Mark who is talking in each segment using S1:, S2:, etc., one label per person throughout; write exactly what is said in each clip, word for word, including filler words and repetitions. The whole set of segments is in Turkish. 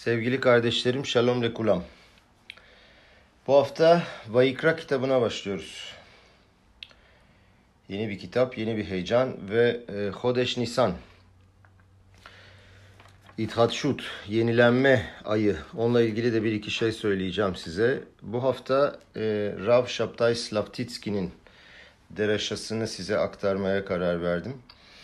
S1: Sevgili kardeşlerim, Shalom lekulam. Bu hafta Vayikra kitabına başlıyoruz. Yeni bir kitap, yeni bir heyecan ve e, Hodesh Nisan. İthatşut, yenilenme ayı. Onunla ilgili de bir iki şey söyleyeceğim size. Bu hafta e, Rav Shabtai Slavtitski'nin deraşasını size aktarmaya karar verdim.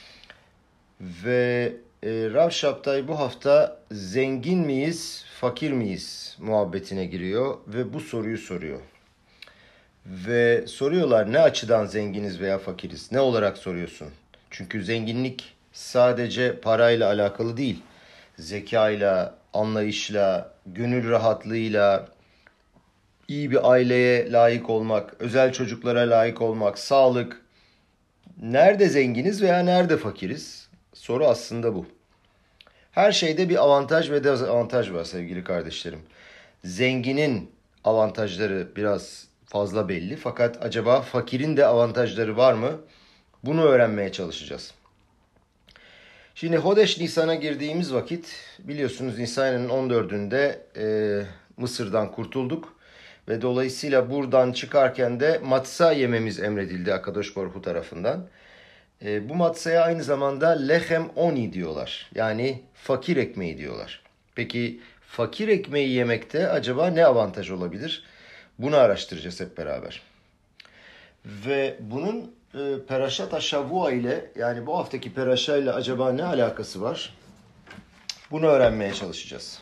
S1: Ve e, Rav Shabtai bu hafta zengin miyiz, fakir miyiz muhabbetine giriyor ve bu soruyu soruyor. Ve soruyorlar, ne açıdan zenginiz veya fakiriz? Ne olarak soruyorsun? Çünkü zenginlik sadece parayla alakalı değil. Zekayla, anlayışla, gönül rahatlığıyla, iyi bir aileye layık olmak, özel çocuklara layık olmak, sağlık. Nerede zenginiz veya nerede fakiriz? Soru aslında bu. Her şeyde bir avantaj ve dezavantaj var sevgili kardeşlerim. Zenginin avantajları biraz fazla belli. Fakat acaba fakirin de avantajları var mı? Bunu öğrenmeye çalışacağız. Şimdi Hodesh Nisan'a girdiğimiz vakit biliyorsunuz Nisan ayının on dördünde e, Mısır'dan kurtulduk. Ve dolayısıyla buradan çıkarken de matsa yememiz emredildi Akadosh Baruch Hu tarafından. E, bu matsaya aynı zamanda lechem oni diyorlar. Yani fakir ekmeği diyorlar. Peki fakir ekmeği yemekte acaba ne avantaj olabilir? Bunu araştıracağız hep beraber. Ve bunun e, Perashat HaShavua ile, yani bu haftaki Perasha ile acaba ne alakası var? Bunu öğrenmeye çalışacağız.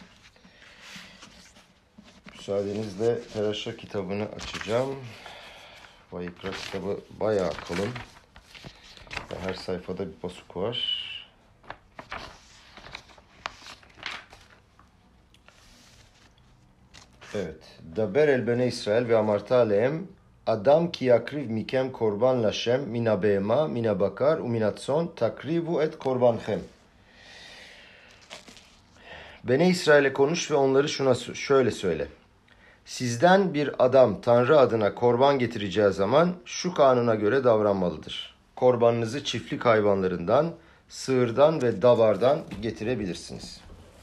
S1: Müsaadenizle Perasha kitabını açacağım. Vayikra kitabı bayağı kalın. Her sayfada bir pasuk var. Evet. Daber el bene İsrail ve amarta alehem Adam ki yakriv mikem korban lashem mina behema mina bakar u minatson takrivu et korbanchem. Bene İsrail'e konuş ve onları şuna şöyle söyle. Sizden bir adam Tanrı adına korban getireceği zaman şu kanuna göre davranmalıdır. Korbanınızı çiftlik hayvanlarından, sığırdan ve davardan getirebilirsiniz.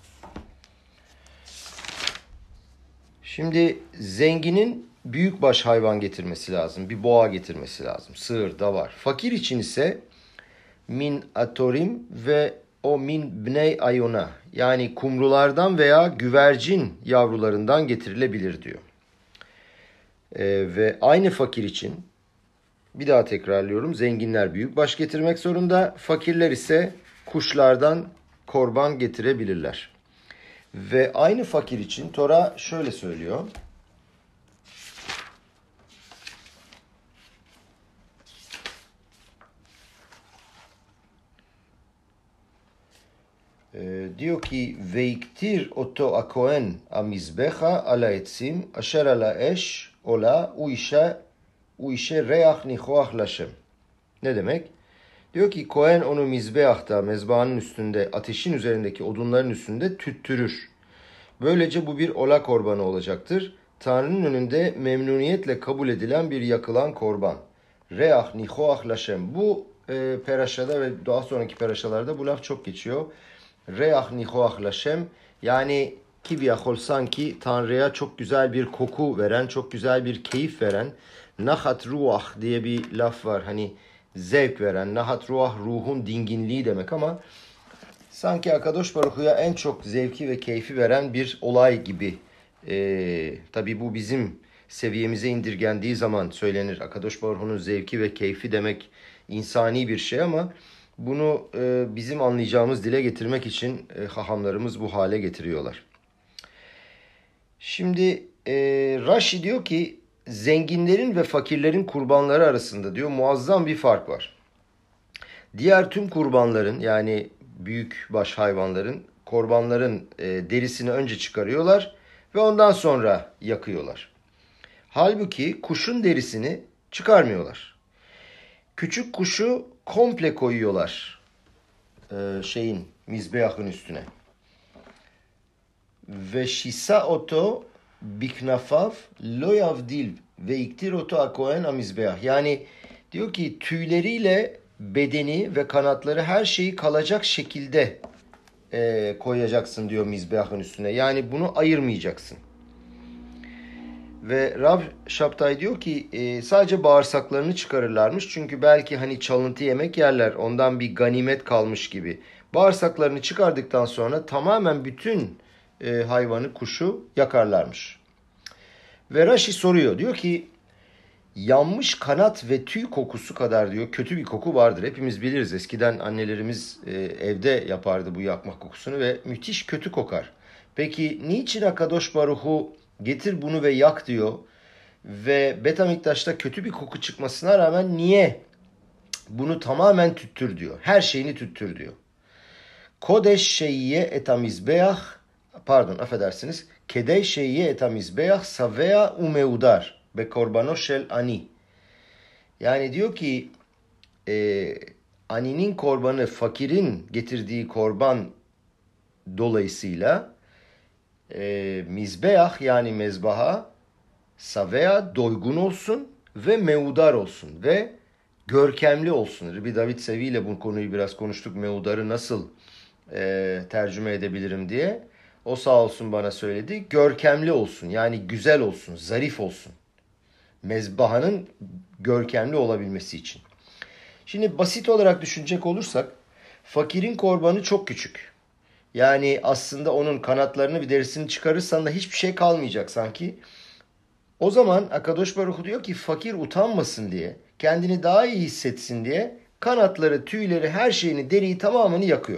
S1: Şimdi zenginin büyükbaş hayvan getirmesi lazım. Bir boğa getirmesi lazım. Sığır, davar. Fakir için ise min atorim ve o min bnei ayona, yani kumrulardan veya güvercin yavrularından getirilebilir diyor. Ee, ve aynı fakir için, bir daha tekrarlıyorum, zenginler büyükbaş getirmek zorunda, fakirler ise kuşlardan korban getirebilirler. Ve aynı fakir için Tora şöyle söylüyor. Ee, diyor ki veiktir oto akohen amizbeha ala etsim asher ala eş ola u işe u işe reach nichoach lashem. Ne demek? Diyor ki Kohen onu mizbeahta, mezbahanın üstünde, ateşin üzerindeki odunların üstünde tüttürür. Böylece bu bir ola korbanı olacaktır. Tanrı'nın önünde memnuniyetle kabul edilen bir yakılan korban. Reach nichoach lashem. Bu e, peraşada ve daha sonraki peraşalarda bu laf çok geçiyor. Reach nichoach lashem, yani kiviyahol sanki Tanrı'ya çok güzel bir koku veren, çok güzel bir keyif veren. Nahat ruah diye bir laf var. Hani zevk veren, nahat ruah ruhun dinginliği demek ama sanki Akadosh Baruch Hu'ya en çok zevki ve keyfi veren bir olay gibi. Ee, tabii bu bizim seviyemize indirgendiği zaman söylenir. Akadosh Baruch Hu'nun zevki ve keyfi demek insani bir şey ama bunu e, bizim anlayacağımız dile getirmek için e, hahamlarımız bu hale getiriyorlar. Şimdi e, Rashi diyor ki zenginlerin ve fakirlerin kurbanları arasında diyor muazzam bir fark var. Diğer tüm kurbanların, yani büyükbaş hayvanların, korbanların e, derisini önce çıkarıyorlar ve ondan sonra yakıyorlar. Halbuki kuşun derisini çıkarmıyorlar. Küçük kuşu komple koyuyorlar e, şeyin, mizbeahın üstüne. Ve şisa oto biknafav lo yavdil ve iktir oto akohen amizbeah. Yani diyor ki tüyleriyle bedeni ve kanatları, her şeyi kalacak şekilde e, koyacaksın diyor mizbahın üstüne. Yani bunu ayırmayacaksın. Ve Rav Şaptay diyor ki e, sadece bağırsaklarını çıkarırlarmış. Çünkü belki hani çalıntı yemek yerler. Ondan bir ganimet kalmış gibi. Bağırsaklarını çıkardıktan sonra tamamen bütün e, hayvanı, kuşu yakarlarmış. Ve Rashi soruyor. Diyor ki yanmış kanat ve tüy kokusu kadar diyor kötü bir koku vardır. Hepimiz biliriz. Eskiden annelerimiz e, evde yapardı bu yakma kokusunu ve müthiş kötü kokar. Peki niçin Akadosh Baruhu getir bunu ve yak diyor ve Betamiktaş'ta kötü bir koku çıkmasına rağmen niye bunu tamamen tüttür diyor. Her şeyini tüttür diyor. Kodeş şeyye etamizbeah pardon affedersiniz. Kedey şeyye etamizbeah savea umeudar be korbano shel ani. Yani diyor ki e, aninin korbanı fakirin getirdiği korban dolayısıyla e, mizbeah yani mezbaha savea doygun olsun ve meudar olsun ve görkemli olsun. Rabbi David Sevi ile bu konuyu biraz konuştuk. Meudar'ı nasıl e, tercüme edebilirim diye. O sağ olsun bana söyledi. Görkemli olsun yani güzel olsun, zarif olsun. Mezbahanın görkemli olabilmesi için. Şimdi basit olarak düşünecek olursak fakirin korbanı çok küçük. Yani aslında onun kanatlarını bir derisini çıkarırsan da hiçbir şey kalmayacak sanki. O zaman Akadosh Baruch diyor ki fakir utanmasın diye, kendini daha iyi hissetsin diye kanatları, tüyleri, her şeyini, deriyi tamamını yakıyor.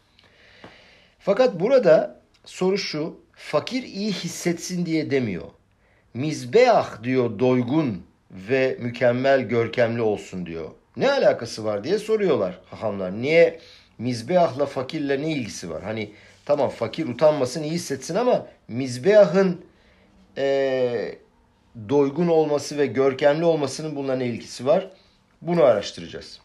S1: Fakat burada soru şu, fakir iyi hissetsin diye demiyor. Mizbeah diyor doygun ve mükemmel görkemli olsun diyor. Ne alakası var diye soruyorlar hahamlar. Niye mizbeahla fakirle ne ilgisi var? Hani tamam fakir utanmasın iyi hissetsin ama mizbeahın e, doygun olması ve görkemli olmasının bununla ne ilgisi var? Bunu araştıracağız.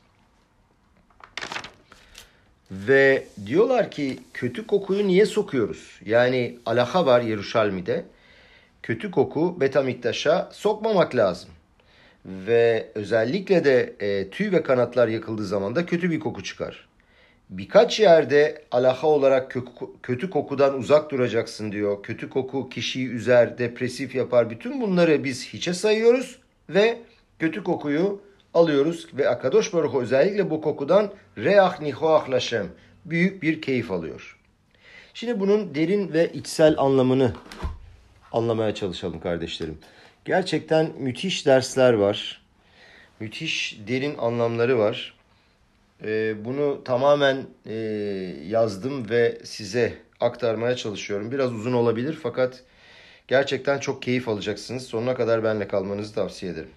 S1: Ve diyorlar ki kötü kokuyu niye sokuyoruz? Yani alaha var Yeruşalmi'de. Kötü koku Betamiktaş'a sokmamak lazım. Ve özellikle de e, tüy ve kanatlar yakıldığı zaman da kötü bir koku çıkar. Birkaç yerde alaha olarak kötü, kötü kokudan uzak duracaksın diyor. Kötü koku kişiyi üzer, depresif yapar. Bütün bunları biz hiçe sayıyoruz ve kötü kokuyu alıyoruz. Ve Akadosh Baruch özellikle bu kokudan reach nihoach lashem büyük bir keyif alıyor. Şimdi bunun derin ve içsel anlamını anlamaya çalışalım kardeşlerim. Gerçekten müthiş dersler var. Müthiş derin anlamları var. Ee, bunu tamamen e, yazdım ve size aktarmaya çalışıyorum. Biraz uzun olabilir fakat gerçekten çok keyif alacaksınız. Sonuna kadar benimle kalmanızı tavsiye ederim.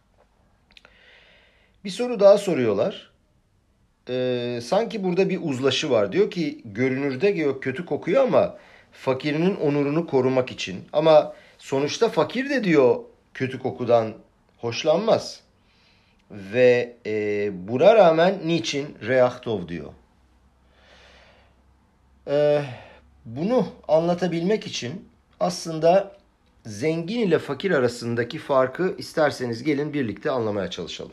S1: Bir soru daha soruyorlar. Ee, sanki burada bir uzlaşı var. Diyor ki görünürde kötü kokuyor ama fakirinin onurunu korumak için. Ama sonuçta fakir de diyor kötü kokudan hoşlanmaz. Ve e, buna rağmen niçin reahtov diyor. Ee, bunu anlatabilmek için aslında zengin ile fakir arasındaki farkı isterseniz gelin birlikte anlamaya çalışalım.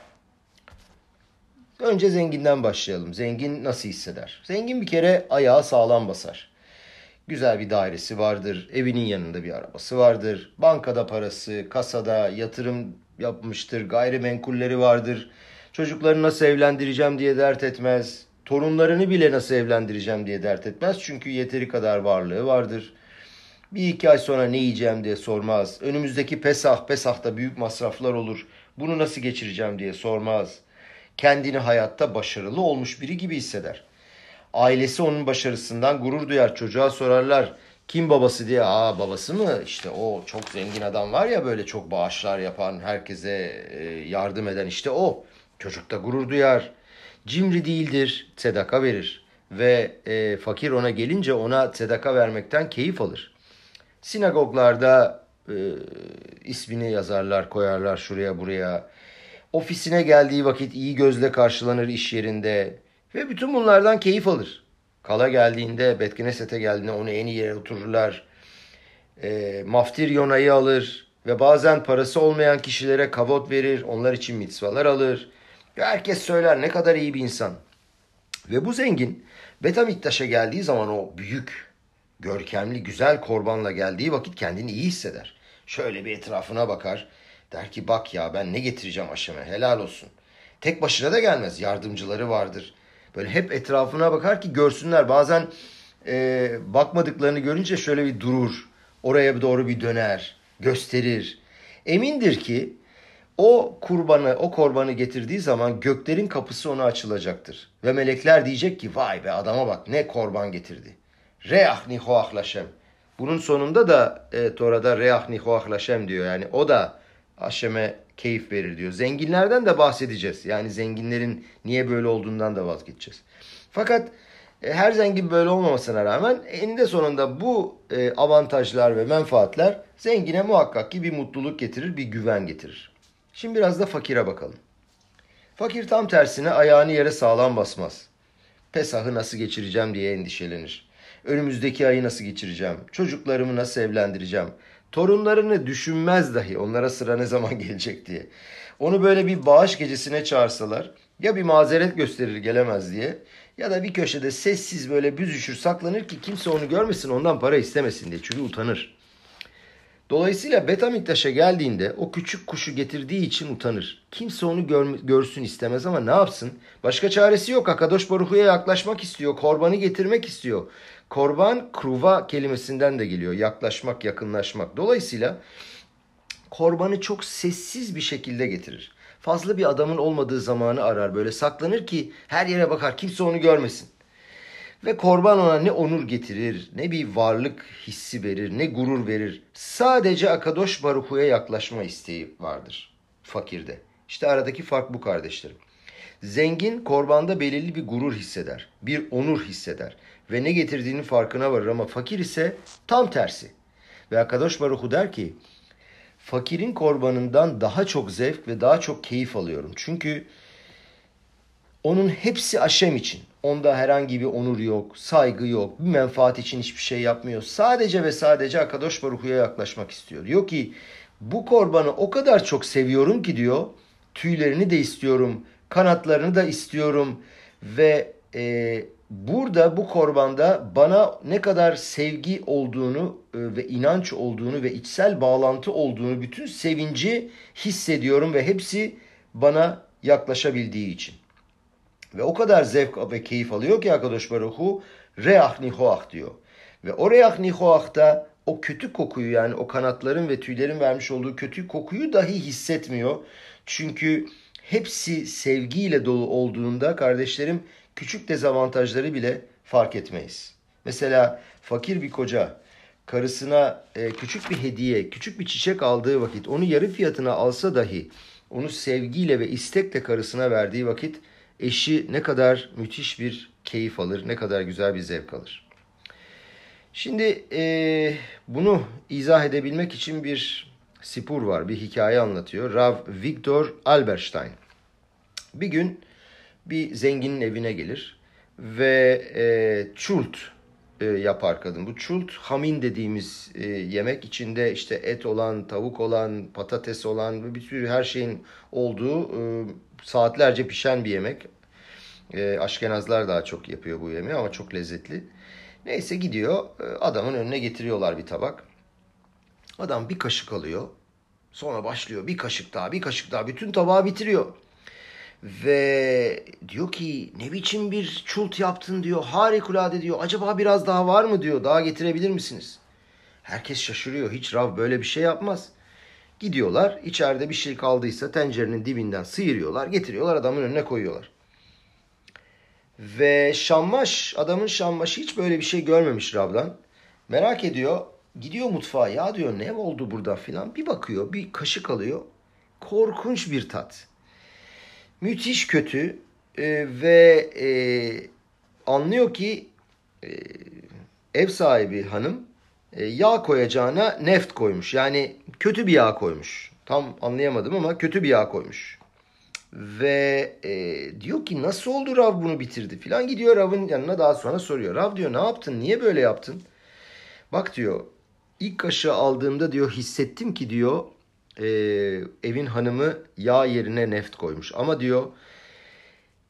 S1: Önce zenginden başlayalım. Zengin nasıl hisseder? Zengin bir kere ayağı sağlam basar. Güzel bir dairesi vardır, evinin yanında bir arabası vardır, bankada parası, kasada yatırım yapmıştır, gayrimenkulleri vardır. Çocuklarını nasıl evlendireceğim diye dert etmez. Torunlarını bile nasıl evlendireceğim diye dert etmez. Çünkü yeteri kadar varlığı vardır. Bir iki ay sonra ne yiyeceğim diye sormaz. Önümüzdeki Pesah, Pesah'ta büyük masraflar olur. Bunu nasıl geçireceğim diye sormaz. Kendini hayatta başarılı olmuş biri gibi hisseder. Ailesi onun başarısından gurur duyar. Çocuğa sorarlar kim babası diye. Aa babası mı? İşte o çok zengin adam var ya böyle çok bağışlar yapan, herkese yardım eden işte o. Çocuk da gurur duyar. Cimri değildir, sedaka verir. Ve e, fakir ona gelince ona sedaka vermekten keyif alır. Sinagoglarda e, ismini yazarlar, koyarlar şuraya buraya. Ofisine geldiği vakit iyi gözle karşılanır iş yerinde. Ve bütün bunlardan keyif alır. Kala geldiğinde, Betkineset'e geldiğinde onu en iyi yere otururlar. E, maftir yonayı alır. Ve bazen parası olmayan kişilere kavot verir. Onlar için mitzvalar alır. Ve herkes söyler ne kadar iyi bir insan. Ve bu zengin Betamiktaş'a geldiği zaman o büyük, görkemli, güzel korbanla geldiği vakit kendini iyi hisseder. Şöyle bir etrafına bakar. Der ki bak ya ben ne getireceğim aşeme, helal olsun. Tek başına da gelmez, yardımcıları vardır. Böyle hep etrafına bakar ki görsünler. Bazen e, bakmadıklarını görünce şöyle bir durur. Oraya doğru bir döner, gösterir. Emindir ki o kurbanı, o korbanı getirdiği zaman göklerin kapısı ona açılacaktır. Ve melekler diyecek ki vay be adama bak ne korban getirdi. Reah nihoach lashem. Bunun sonunda da e, Tora'da reah nihoach lashem diyor. Yani o da Haşem'e keyif verir diyor. Zenginlerden de bahsedeceğiz. Yani zenginlerin niye böyle olduğundan da vazgeçeceğiz. Fakat e, her zengin böyle olmamasına rağmen eninde sonunda bu e, avantajlar ve menfaatler zengine muhakkak ki bir mutluluk getirir, bir güven getirir. Şimdi biraz da fakire bakalım. Fakir tam tersine ayağını yere sağlam basmaz. Pesah'ı nasıl geçireceğim diye endişelenir. Önümüzdeki ayı nasıl geçireceğim? Çocuklarımı nasıl evlendireceğim? Torunlarını düşünmez dahi onlara sıra ne zaman gelecek diye. Onu böyle bir bağış gecesine çağırsalar ya bir mazeret gösterir gelemez diye ya da bir köşede sessiz böyle büzüşür saklanır ki kimse onu görmesin ondan para istemesin diye çünkü utanır. Dolayısıyla Betamiktaş'a geldiğinde o küçük kuşu getirdiği için utanır. Kimse onu gör, görsün istemez ama ne yapsın? Başka çaresi yok. Akadosh Baruch Hu'ya yaklaşmak istiyor. Korbanı getirmek istiyor. Korban kruva kelimesinden de geliyor. Yaklaşmak, yakınlaşmak. Dolayısıyla korbanı çok sessiz bir şekilde getirir. Fazla bir adamın olmadığı zamanı arar. Böyle saklanır ki her yere bakar. Kimse onu görmesin. Ve korban ona ne onur getirir, ne bir varlık hissi verir, ne gurur verir. Sadece Akadosh Baruch Hu'ya yaklaşma isteği vardır fakirde. İşte aradaki fark bu kardeşlerim. Zengin korbanda belirli bir gurur hisseder, bir onur hisseder ve ne getirdiğinin farkına varır ama fakir ise tam tersi. Ve Akadosh Baruch Hu der ki, fakirin korbanından daha çok zevk ve daha çok keyif alıyorum. Çünkü onun hepsi Haşem için. Onda herhangi bir onur yok, saygı yok, bir menfaat için hiçbir şey yapmıyor. Sadece ve sadece Akadosh Baruch Hu'ya yaklaşmak istiyor. Diyor ki bu korbanı o kadar çok seviyorum ki diyor, tüylerini de istiyorum, kanatlarını da istiyorum ve e, burada bu korbanda bana ne kadar sevgi olduğunu e, ve inanç olduğunu ve içsel bağlantı olduğunu bütün sevinci hissediyorum ve hepsi bana yaklaşabildiği için. Ve o kadar zevk ve keyif alıyor ki Akadosh Baruch Hu reach nihoach diyor. Ve o reach nihoach'ta o kötü kokuyu yani o kanatların ve tüylerin vermiş olduğu kötü kokuyu dahi hissetmiyor. Çünkü hepsi sevgiyle dolu olduğunda kardeşlerim küçük dezavantajları bile fark etmeyiz. Mesela fakir bir koca karısına küçük bir hediye, küçük bir çiçek aldığı vakit onu yarı fiyatına alsa dahi onu sevgiyle ve istekle karısına verdiği vakit eşi ne kadar müthiş bir keyif alır, ne kadar güzel bir zevk alır. Şimdi e, bunu izah edebilmek için bir sipur var, bir hikaye anlatıyor. Rav Victor Alberstein. Bir gün bir zenginin evine gelir ve e, çult e, yapar kadın. Bu çult hamin dediğimiz e, yemek içinde işte et olan, tavuk olan, patates olan ve bir sürü her şeyin olduğu e, saatlerce pişen bir yemek. E, Aşkenazlar daha çok yapıyor bu yemeği ama çok lezzetli. Neyse gidiyor adamın önüne getiriyorlar bir tabak. Adam bir kaşık alıyor. Sonra başlıyor bir kaşık daha bir kaşık daha bütün tabağı bitiriyor. Ve diyor ki ne biçim bir çult yaptın diyor. Harikulade diyor. Acaba biraz daha var mı diyor. Daha getirebilir misiniz? Herkes şaşırıyor. Hiç Rav böyle bir şey yapmaz. Gidiyorlar. İçeride bir şey kaldıysa tencerenin dibinden sıyırıyorlar. Getiriyorlar adamın önüne koyuyorlar. Ve Şammaş, adamın Şammaşı hiç böyle bir şey görmemiş Rav'dan. Merak ediyor. Gidiyor mutfağa. Ya diyor ne oldu burada filan. Bir bakıyor. Bir kaşık alıyor. Korkunç bir tat. Müthiş kötü. Ee, ve e, anlıyor ki e, ev sahibi hanım e, yağ koyacağına neft koymuş. Yani kötü bir yağ koymuş. Tam anlayamadım ama kötü bir yağ koymuş. Ve e, diyor ki nasıl oldu Rav bunu bitirdi filan gidiyor Rav'ın yanına daha sonra soruyor. Rav diyor ne yaptın niye böyle yaptın? Bak diyor ilk kaşığı aldığımda diyor hissettim ki diyor e, evin hanımı yağ yerine neft koymuş. Ama diyor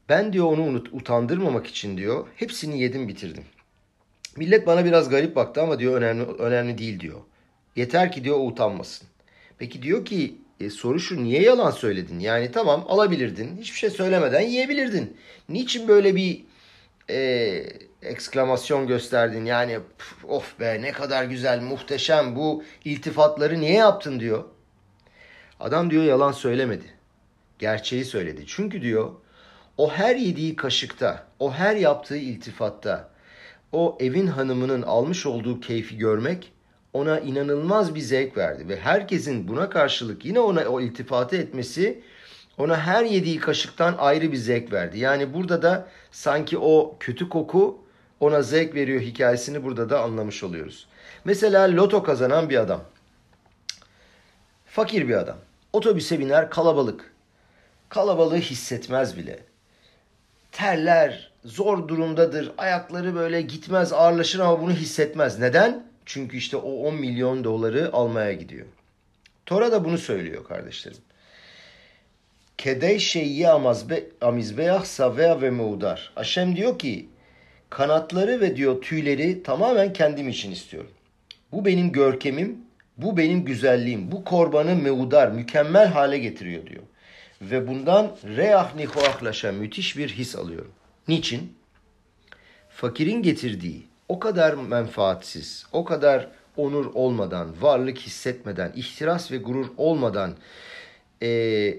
S1: Ben diyor onu unut, utandırmamak için diyor hepsini yedim bitirdim. Millet bana biraz garip baktı ama diyor önemli önemli değil diyor. Yeter ki diyor o utanmasın. Peki diyor ki e, soru şu, niye yalan söyledin? Yani tamam alabilirdin, hiçbir şey söylemeden yiyebilirdin. Niçin böyle bir e, ekslamasyon gösterdin? Yani "Pf, of be ne kadar güzel, muhteşem, bu iltifatları niye yaptın" diyor. Adam diyor yalan söylemedi. Gerçeği söyledi. Çünkü diyor o her yediği kaşıkta, o her yaptığı iltifatta, o evin hanımının almış olduğu keyfi görmek ona inanılmaz bir zevk verdi. Ve herkesin buna karşılık yine ona o iltifatı etmesi ona her yediği kaşıktan ayrı bir zevk verdi. Yani burada da sanki o kötü koku ona zevk veriyor hikayesini burada da anlamış oluyoruz. Mesela loto kazanan bir adam. Fakir bir adam. Otobüse biner, kalabalık. Kalabalığı hissetmez bile. Terler, zor durumdadır, ayakları böyle gitmez, ağırlaşır ama bunu hissetmez. Neden? Çünkü işte o on milyon doları almaya gidiyor. Tora da bunu söylüyor kardeşlerim. Kedey şeyyi amizbeyah savea ve meudar. Haşem diyor ki kanatları ve diyor tüyleri tamamen kendim için istiyorum. Bu benim görkemim, bu benim güzelliğim. Bu korbanı meudar, mükemmel hale getiriyor diyor. Ve bundan reah nihoahlaşa müthiş bir his alıyorum. Niçin? Fakirin getirdiği o kadar menfaatsiz, o kadar onur olmadan, varlık hissetmeden, ihtiras ve gurur olmadan e,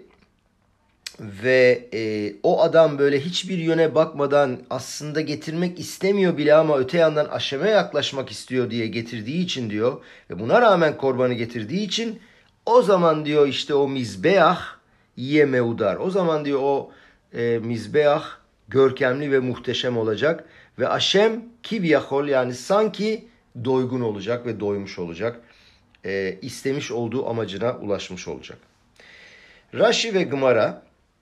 S1: ve e, o adam böyle hiçbir yöne bakmadan aslında getirmek istemiyor bile ama öte yandan aşamaya yaklaşmak istiyor diye getirdiği için diyor ve buna rağmen korbanı getirdiği için o zaman diyor işte o mizbeah ye meudar. O zaman diyor o e, mizbeah görkemli ve muhteşem olacak ve Aşem kivyahol yani sanki doygun olacak ve doymuş olacak. E, istemiş olduğu amacına ulaşmış olacak. Rashi ve Gemara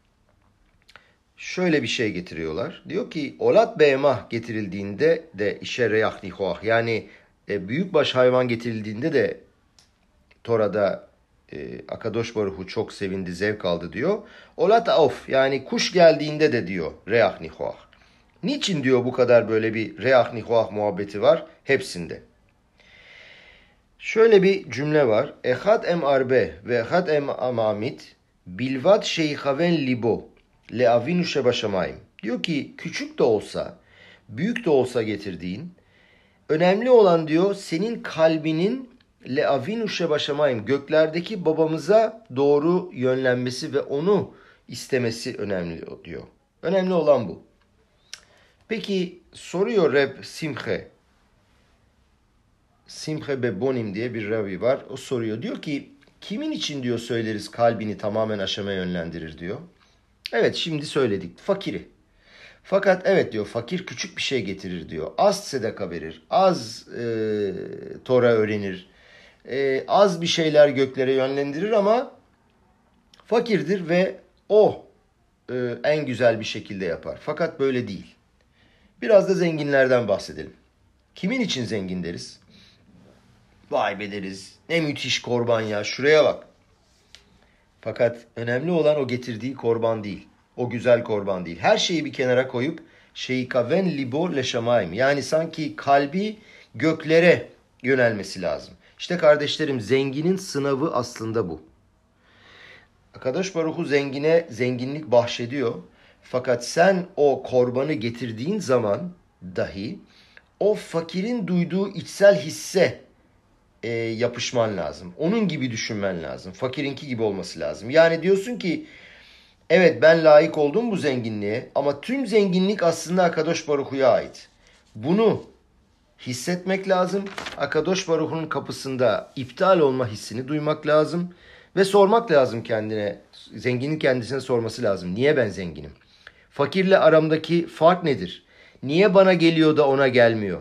S1: şöyle bir şey getiriyorlar. Diyor ki olat be'emah getirildiğinde de işe reyah nihoah yani e, büyükbaş hayvan getirildiğinde de Tora'da e, Akadosh Baruhu çok sevindi, zevk aldı diyor. Olat auf yani kuş geldiğinde de diyor reyah nihoah. Niçin diyor bu kadar böyle bir reyah nihoah muhabbeti var? Hepsinde. Şöyle bir cümle var. Ehad em arbe ve ehad em amamit bilvat şeyhaven libo le avinu şebaşamayim. Diyor ki küçük de olsa, büyük de olsa getirdiğin, önemli olan diyor senin kalbinin le avinu şebaşamayim göklerdeki babamıza doğru yönlenmesi ve onu istemesi önemli diyor. Önemli olan bu. Peki soruyor Reb Simche. Simche Bebonim diye bir Rabbi var. O soruyor. Diyor ki kimin için diyor söyleriz kalbini tamamen aşama yönlendirir diyor. Evet şimdi söyledik. Fakiri. Fakat evet diyor fakir küçük bir şey getirir diyor. Az sedaka verir. Az e, Tora öğrenir. E, az bir şeyler göklere yönlendirir ama fakirdir ve o e, en güzel bir şekilde yapar. Fakat böyle değil. Biraz da zenginlerden bahsedelim. Kimin için zengin deriz? Vay be deriz. Ne müthiş korban ya. Şuraya bak. Fakat önemli olan o getirdiği korban değil. O güzel korban değil. Her şeyi bir kenara koyup şeykaven libo leşamayim. Yani sanki kalbi göklere yönelmesi lazım. İşte kardeşlerim zenginin sınavı aslında bu. Akadosh Baruhu zengine zenginlik bahşediyor. Fakat sen o korbanı getirdiğin zaman dahi o fakirin duyduğu içsel hisse e, yapışman lazım. Onun gibi düşünmen lazım. Fakirinki gibi olması lazım. Yani diyorsun ki evet ben layık oldum bu zenginliğe ama tüm zenginlik aslında Akadosh Baruhu'ya ait. Bunu hissetmek lazım. Akadosh Baruhu'nun kapısında iptal olma hissini duymak lazım. Ve sormak lazım kendine. Zenginin kendisine sorması lazım. Niye ben zenginim? Fakirle aramdaki fark nedir? Niye bana geliyor da ona gelmiyor?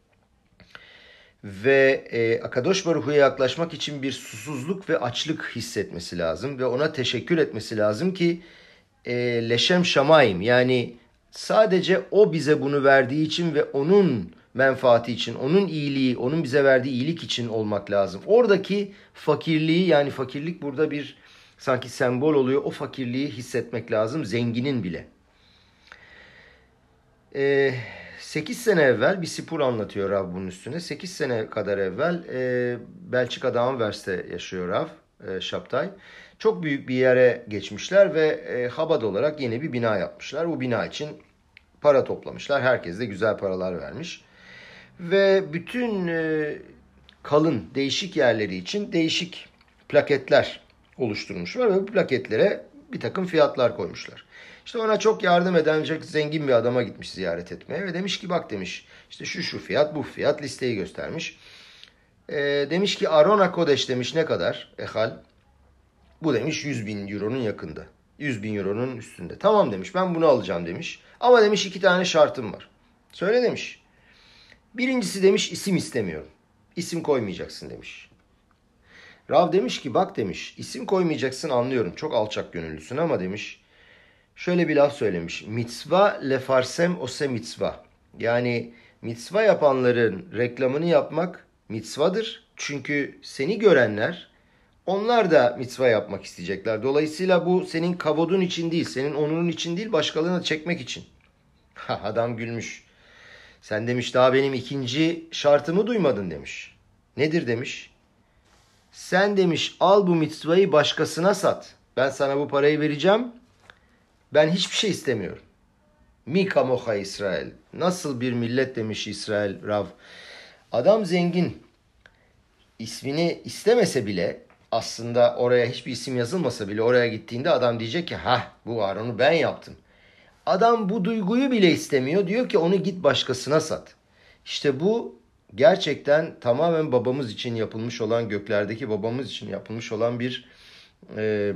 S1: Ve e, Akadosh Baruhu'ya yaklaşmak için bir susuzluk ve açlık hissetmesi lazım. Ve ona teşekkür etmesi lazım ki e, leşem şamayim yani sadece o bize bunu verdiği için ve onun menfaati için, onun iyiliği, onun bize verdiği iyilik için olmak lazım. Oradaki fakirliği yani fakirlik burada bir sanki sembol oluyor. O fakirliği hissetmek lazım zenginin bile. Ee, sekiz sene evvel bir spor anlatıyor Rav bunun üstüne. sekiz sene kadar evvel e, Belçika'da Anvers'te yaşıyor Rav e, Şaptay. Çok büyük bir yere geçmişler ve e, Habad olarak yeni bir bina yapmışlar. Bu bina için para toplamışlar. Herkes de güzel paralar vermiş. Ve bütün e, kalın değişik yerleri için değişik plaketler oluşturmuşlar ve bu plaketlere bir takım fiyatlar koymuşlar. İşte ona çok yardım eden çok zengin bir adama gitmiş ziyaret etmeye ve demiş ki bak demiş işte şu şu fiyat bu fiyat listeyi göstermiş. E, demiş ki Arona Kodeş demiş ne kadar ehal? Bu demiş yüz bin euronun yakında. yüz bin euronun üstünde. Tamam demiş ben bunu alacağım demiş. Ama demiş iki tane şartım var. Söyle demiş. Birincisi demiş isim istemiyorum. İsim koymayacaksın demiş. Rav demiş ki bak demiş isim koymayacaksın anlıyorum. Çok alçak gönüllüsün ama demiş şöyle bir laf söylemiş. Mitzva lefarsem ose mitzva. Yani mitzva yapanların reklamını yapmak mitzvadır. Çünkü seni görenler onlar da mitzva yapmak isteyecekler. Dolayısıyla bu senin kavodun için değil, senin onurun için değil, başkalarına çekmek için. Adam gülmüş. Sen demiş daha benim ikinci şartımı duymadın demiş. Nedir demiş. Sen demiş al bu mitzvayı başkasına sat. Ben sana bu parayı vereceğim. Ben hiçbir şey istemiyorum. Mi kamoha İsrail. Nasıl bir millet demiş İsrail Rav. Adam zengin. İsmini istemese bile aslında oraya hiçbir isim yazılmasa bile oraya gittiğinde adam diyecek ki ha bu Aron'u ben yaptım. Adam bu duyguyu bile istemiyor. Diyor ki onu git başkasına sat. İşte bu gerçekten tamamen babamız için yapılmış olan, göklerdeki babamız için yapılmış olan bir e,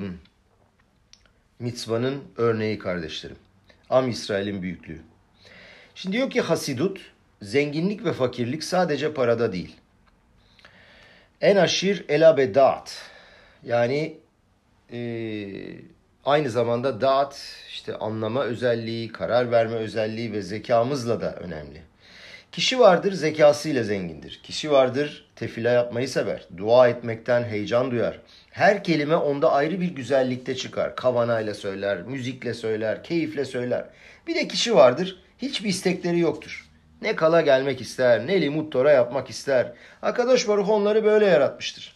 S1: mitzvanın örneği kardeşlerim. Am İsrail'in büyüklüğü. Şimdi diyor ki Hasidut, zenginlik ve fakirlik sadece parada değil. En aşir ela bedaat. Yani e, aynı zamanda da'at işte anlama özelliği, karar verme özelliği ve zekamızla da önemli. Kişi vardır zekasıyla zengindir. Kişi vardır tefila yapmayı sever. Dua etmekten heyecan duyar. Her kelime onda ayrı bir güzellikte çıkar. Kavanayla söyler, müzikle söyler, keyifle söyler. Bir de kişi vardır hiçbir istekleri yoktur. Ne kala gelmek ister, ne limut tora yapmak ister. Akadosh Baruch onları böyle yaratmıştır.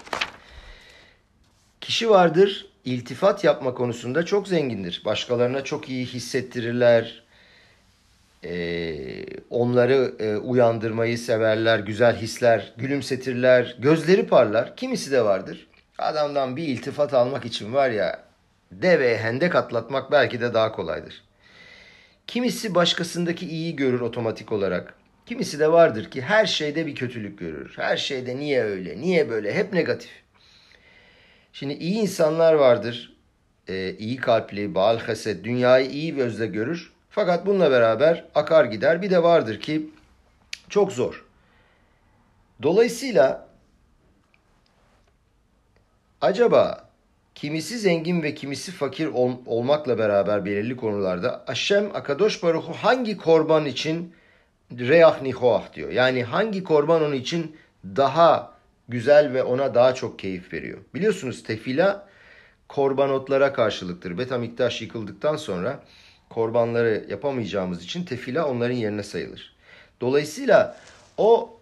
S1: Kişi vardır iltifat yapma konusunda çok zengindir. Başkalarına çok iyi hissettirirler. Ee, onları e, uyandırmayı severler, güzel hisler, gülümsetirler, gözleri parlar. Kimisi de vardır. Adamdan bir iltifat almak için var ya, deveye hendek atlatmak belki de daha kolaydır. Kimisi başkasındaki iyiyi görür otomatik olarak. Kimisi de vardır ki her şeyde bir kötülük görür. Her şeyde niye öyle, niye böyle, hep negatif. Şimdi iyi insanlar vardır. Ee, iyi kalpli, baal hased, dünyayı iyi gözle görür. Fakat bununla beraber akar gider. Bir de vardır ki çok zor. Dolayısıyla acaba kimisi zengin ve kimisi fakir ol, olmakla beraber belirli konularda Hashem Akadosh Baruch Hu hangi korban için reach nihoah diyor. Yani hangi korban onun için daha güzel ve ona daha çok keyif veriyor. Biliyorsunuz tefila korbanotlara karşılıktır. Betamiktaş yıkıldıktan sonra korbanları yapamayacağımız için tefila onların yerine sayılır. Dolayısıyla o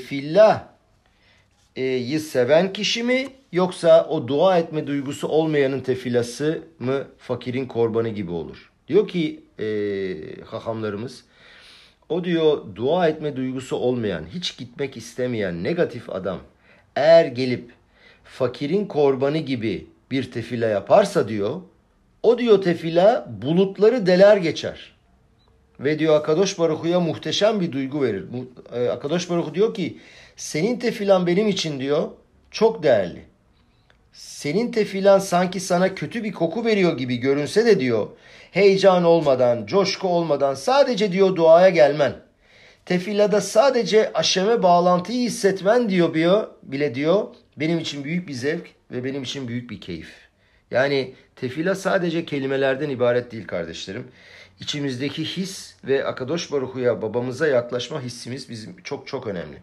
S1: tefilayı seven kişi mi yoksa o dua etme duygusu olmayanın tefilası mı fakirin korbanı gibi olur? Diyor ki e, hahamlarımız o diyor dua etme duygusu olmayan, hiç gitmek istemeyen negatif adam eğer gelip fakirin korbanı gibi bir tefila yaparsa diyor, o diyor tefila bulutları deler geçer. Ve diyor Akadosh Baruch Hu'ya muhteşem bir duygu verir. Akadosh Baruch Hu diyor ki senin tefilan benim için diyor çok değerli. Senin tefilan sanki sana kötü bir koku veriyor gibi görünse de diyor heyecan olmadan, coşku olmadan sadece diyor duaya gelmen. Tefilada sadece aşeme bağlantıyı hissetmen diyor, diyor bile diyor benim için büyük bir zevk ve benim için büyük bir keyif. Yani tefila sadece kelimelerden ibaret değil kardeşlerim. İçimizdeki his ve Akadosh Baruch Hu'ya babamıza yaklaşma hissimiz bizim çok çok önemli.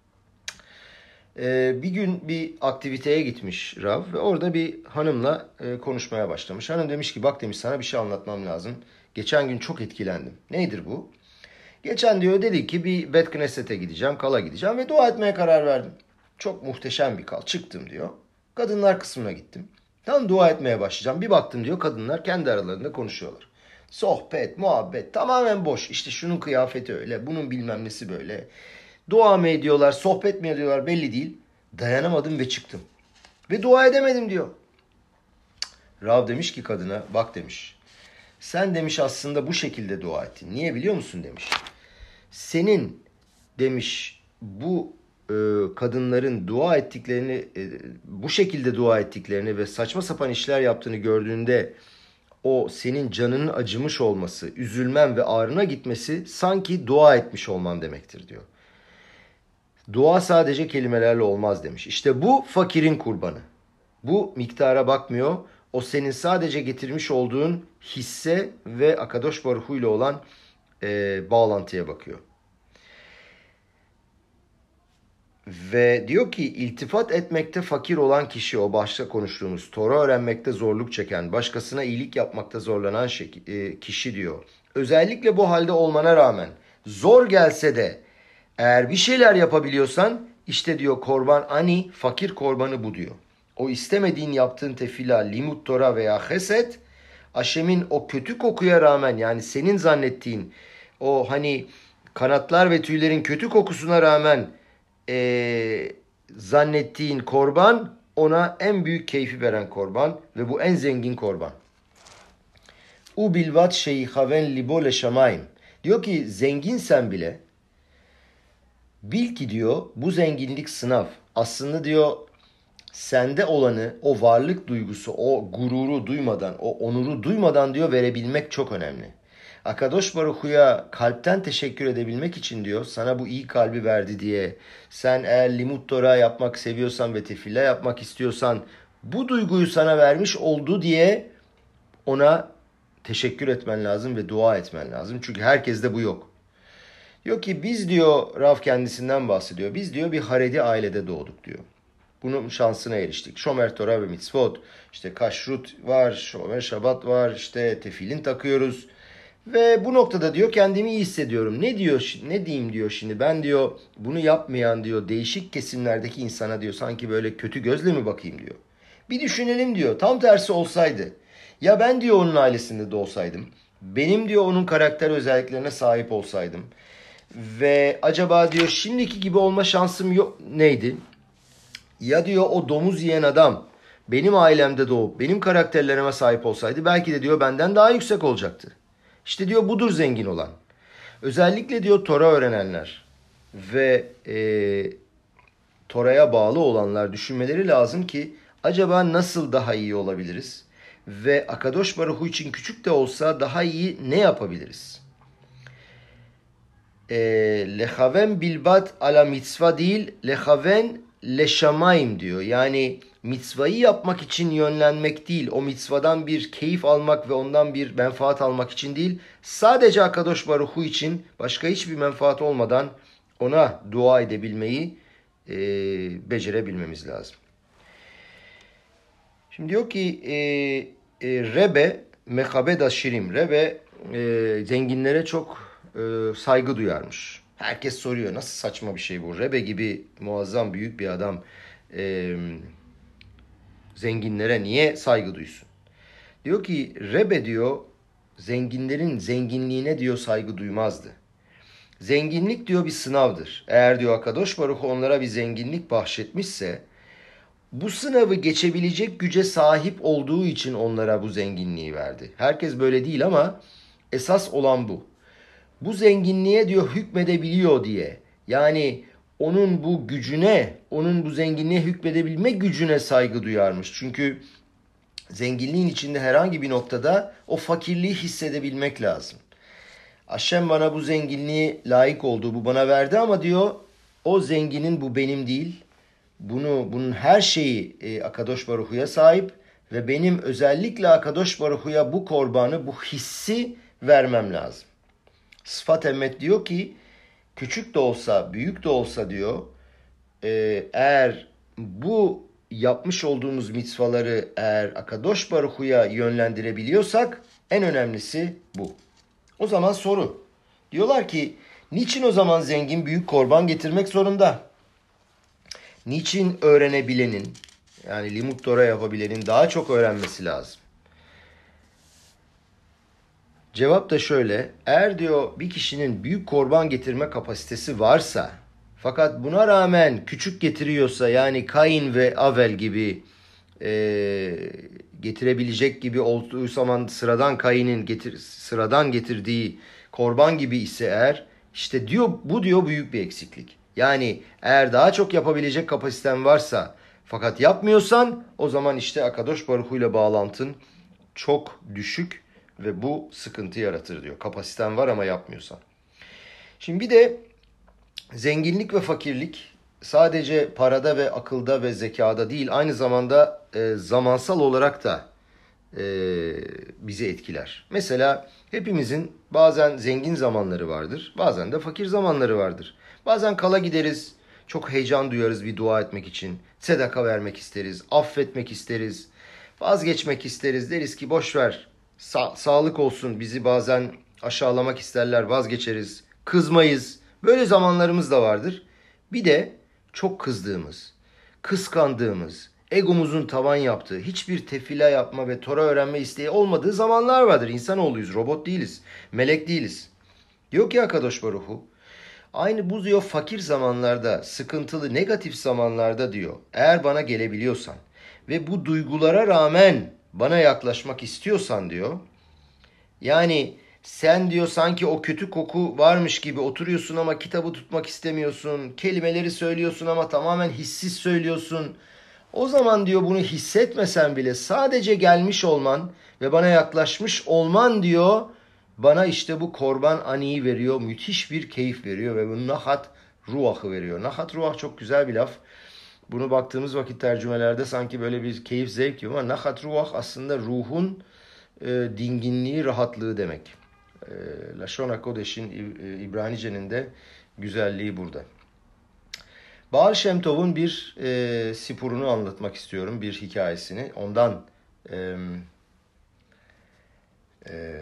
S1: Ee, bir gün bir aktiviteye gitmiş Rav ve orada bir hanımla e, konuşmaya başlamış. Hanım demiş ki bak demiş sana bir şey anlatmam lazım. Geçen gün çok etkilendim. Nedir bu? Geçen diyor dedi ki bir Bet Knesset'e gideceğim, kala gideceğim ve dua etmeye karar verdim. Çok muhteşem bir kal. Çıktım diyor. Kadınlar kısmına gittim. Tam dua etmeye başlayacağım. Bir baktım diyor kadınlar kendi aralarında konuşuyorlar. Sohbet, muhabbet tamamen boş. İşte şunun kıyafeti öyle, bunun bilmem nesi böyle. Dua mı ediyorlar, sohbet mi ediyorlar belli değil. Dayanamadım ve çıktım. Ve dua edemedim diyor. Rav demiş ki kadına bak demiş. Sen demiş aslında bu şekilde dua ettin. Niye biliyor musun demiş. Senin demiş bu e, kadınların dua ettiklerini, e, bu şekilde dua ettiklerini ve saçma sapan işler yaptığını gördüğünde o senin canının acımış olması, üzülmen ve ağrına gitmesi sanki dua etmiş olman demektir diyor. Dua sadece kelimelerle olmaz demiş. İşte bu fakirin kurbanı. Bu miktara bakmıyor. O senin sadece getirmiş olduğun hisse ve Akadosh Baruch Hu ile olan e, bağlantıya bakıyor. Ve diyor ki iltifat etmekte fakir olan kişi, o başta konuştuğumuz Tora öğrenmekte zorluk çeken, başkasına iyilik yapmakta zorlanan kişi diyor. Özellikle bu halde olmana rağmen zor gelse de eğer bir şeyler yapabiliyorsan işte diyor korban ani, fakir korbanı bu diyor. O istemediğin yaptığın tefila, limut Tora veya heset, Haşem'in o kötü kokuya rağmen yani senin zannettiğin o hani kanatlar ve tüylerin kötü kokusuna rağmen e, zannettiğin korban ona en büyük keyfi veren korban ve bu en zengin korban. U bilvat şeyhaven libo leşamayim. Diyor ki zenginsen bile bil ki diyor bu zenginlik sınav. Aslında diyor sende olanı, o varlık duygusu, o gururu duymadan, o onuru duymadan diyor verebilmek çok önemli. Akadosh Baruch Hu'ya kalpten teşekkür edebilmek için diyor sana bu iyi kalbi verdi diye. Sen eğer limut Torah yapmak seviyorsan ve tefilla yapmak istiyorsan bu duyguyu sana vermiş oldu diye ona teşekkür etmen lazım ve dua etmen lazım. Çünkü herkeste bu yok. Diyor ki biz diyor Rav kendisinden bahsediyor. Biz diyor bir Haredi ailede doğduk diyor. Bunun şansına eriştik. Şomer Torah ve mitzvot, işte kaşrut var, şomer şabat var, işte tefilin takıyoruz. Ve bu noktada diyor kendimi iyi hissediyorum. Ne diyor, ne diyeyim diyor şimdi ben diyor bunu yapmayan diyor değişik kesimlerdeki insana diyor sanki böyle kötü gözle mi bakayım diyor. Bir düşünelim diyor tam tersi olsaydı. Ya ben diyor onun ailesinde de olsaydım. Benim diyor onun karakter özelliklerine sahip olsaydım. Ve acaba diyor şimdiki gibi olma şansım yok neydi? Ya diyor o domuz yiyen adam benim ailemde doğup benim karakterlerime sahip olsaydı belki de diyor benden daha yüksek olacaktı. İşte diyor budur zengin olan. Özellikle diyor Tora öğrenenler ve e, Tora'ya bağlı olanlar düşünmeleri lazım ki acaba nasıl daha iyi olabiliriz? Ve Akadosh Baruch Hu için küçük de olsa daha iyi ne yapabiliriz? E, lehaven bilbat ala mitzva değil, lehaven leşamayim diyor. Yani mitzvayı yapmak için yönlenmek değil, o mitzvadan bir keyif almak ve ondan bir menfaat almak için değil, sadece Akadosh Baruch Hu için başka hiçbir menfaat olmadan ona dua edebilmeyi e, becerebilmemiz lazım. Şimdi diyor ki e, e, Rebe mekhabed aşirim. Rebe e, zenginlere çok e, saygı duyarmış. Herkes soruyor nasıl saçma bir şey bu. Rebe gibi muazzam büyük bir adam e, zenginlere niye saygı duysun? Diyor ki Rebe diyor zenginlerin zenginliğine diyor saygı duymazdı. Zenginlik diyor bir sınavdır. Eğer diyor Akadosh Baruch Hu onlara bir zenginlik bahşetmişse bu sınavı geçebilecek güce sahip olduğu için onlara bu zenginliği verdi. Herkes böyle değil ama esas olan bu. Bu zenginliğe diyor hükmedebiliyor diye. Yani onun bu gücüne, onun bu zenginliğe hükmedebilme gücüne saygı duyarmış. Çünkü zenginliğin içinde herhangi bir noktada o fakirliği hissedebilmek lazım. Haşem bana bu zenginliği layık oldu, bu bana verdi ama diyor o zenginin bu benim değil. Bunu, bunun her şeyi e, Akadosh Baruch Hu'ya sahip ve benim özellikle Akadosh Baruch Hu'ya bu korbanı, bu hissi vermem lazım. Sıfat Emmet diyor ki küçük de olsa, büyük de olsa diyor e, eğer bu yapmış olduğumuz mitzvaları eğer Akadosh Baruch Hu'ya yönlendirebiliyorsak en önemlisi bu. O zaman soru. Diyorlar ki Niçin o zaman zengin büyük korban getirmek zorunda? Niçin öğrenebilenin, yani limut Tora yapabilenin daha çok öğrenmesi lazım? Cevap da şöyle. Eğer diyor bir kişinin büyük korban getirme kapasitesi varsa, fakat buna rağmen küçük getiriyorsa, yani Kain ve Avel gibi e, getirebilecek gibi olduğu zaman sıradan Kain'in getir, sıradan getirdiği korban gibi ise eğer, işte diyor bu diyor büyük bir eksiklik. Yani eğer daha çok yapabilecek kapasiten varsa fakat yapmıyorsan, o zaman işte Akadosh Baruch Hu ile bağlantın çok düşük ve bu sıkıntı yaratır diyor. Kapasiten var ama yapmıyorsan. Şimdi bir de zenginlik ve fakirlik sadece parada ve akılda ve zekada değil, aynı zamanda e, zamansal olarak da e, bizi etkiler. Mesela hepimizin bazen zengin zamanları vardır, bazen de fakir zamanları vardır. Bazen kala gideriz, çok heyecan duyarız bir dua etmek için, sedaka vermek isteriz, affetmek isteriz, vazgeçmek isteriz, deriz ki boş ver, sa- sağlık olsun, bizi bazen aşağılamak isterler, vazgeçeriz, kızmayız. Böyle zamanlarımız da vardır. Bir de çok kızdığımız, kıskandığımız, egomuzun tavan yaptığı, hiçbir tefila yapma ve Tora öğrenme isteği olmadığı zamanlar vardır. İnsanoğluyuz, robot değiliz, melek değiliz. Diyor ki Akadosh Baruch Hu, aynı bu diyor fakir zamanlarda, sıkıntılı, negatif zamanlarda diyor, eğer bana gelebiliyorsan ve bu duygulara rağmen bana yaklaşmak istiyorsan diyor, yani sen diyor sanki o kötü koku varmış gibi oturuyorsun ama kitabı tutmak istemiyorsun, kelimeleri söylüyorsun ama tamamen hissiz söylüyorsun. O zaman diyor bunu hissetmesen bile sadece gelmiş olman ve bana yaklaşmış olman diyor, bana işte bu korban aniyi veriyor, müthiş bir keyif veriyor ve bu nahat ruahı veriyor. Nahat ruah çok güzel bir laf. Bunu baktığımız vakit tercümelerde sanki böyle bir keyif zevk gibi ama nahat ruah aslında ruhun e, dinginliği, rahatlığı demek. E, Lashon HaKodesh'in, e, İbranice'nin de güzelliği burada. Baal Shem Tov'un bir e, sipurunu anlatmak istiyorum, bir hikayesini. Ondan e, e,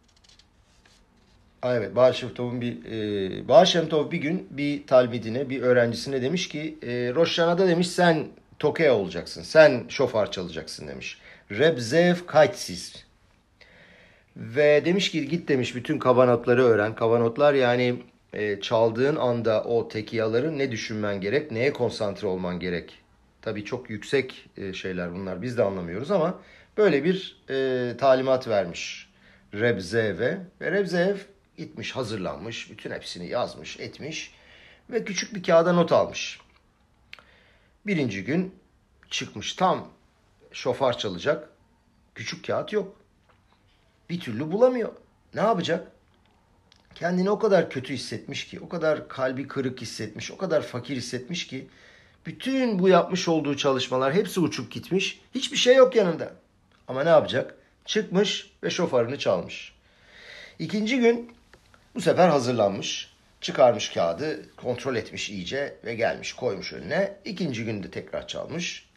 S1: evet, Baal Shem Tov'un bir e, Baal Shem Tov bir gün bir talmidine, bir öğrencisine demiş ki, e, Rosh Hashanah'da demiş sen tokea olacaksın, sen şofar çalacaksın demiş. Reb Zev kaytsiz. Ve demiş ki git demiş bütün kavanotları öğren. Kavanotlar yani e, çaldığın anda o tekiyaları ne düşünmen gerek, neye konsantre olman gerek. Tabii çok yüksek e, şeyler bunlar, biz de anlamıyoruz ama böyle bir e, talimat vermiş Reb Zev'e. Ve Reb Zev gitmiş, hazırlanmış, bütün hepsini yazmış, etmiş ve küçük bir kağıda not almış. Birinci gün çıkmış, tam şofar çalacak, küçük kağıt yok. Bir türlü bulamıyor. Ne yapacak? Kendini o kadar kötü hissetmiş ki, o kadar kalbi kırık hissetmiş, o kadar fakir hissetmiş ki bütün bu yapmış olduğu çalışmalar hepsi uçup gitmiş. Hiçbir şey yok yanında. Ama ne yapacak? Çıkmış ve şofarını çalmış. İkinci gün bu sefer hazırlanmış. Çıkarmış kağıdı, kontrol etmiş iyice ve gelmiş koymuş önüne. İkinci günde tekrar çalmış.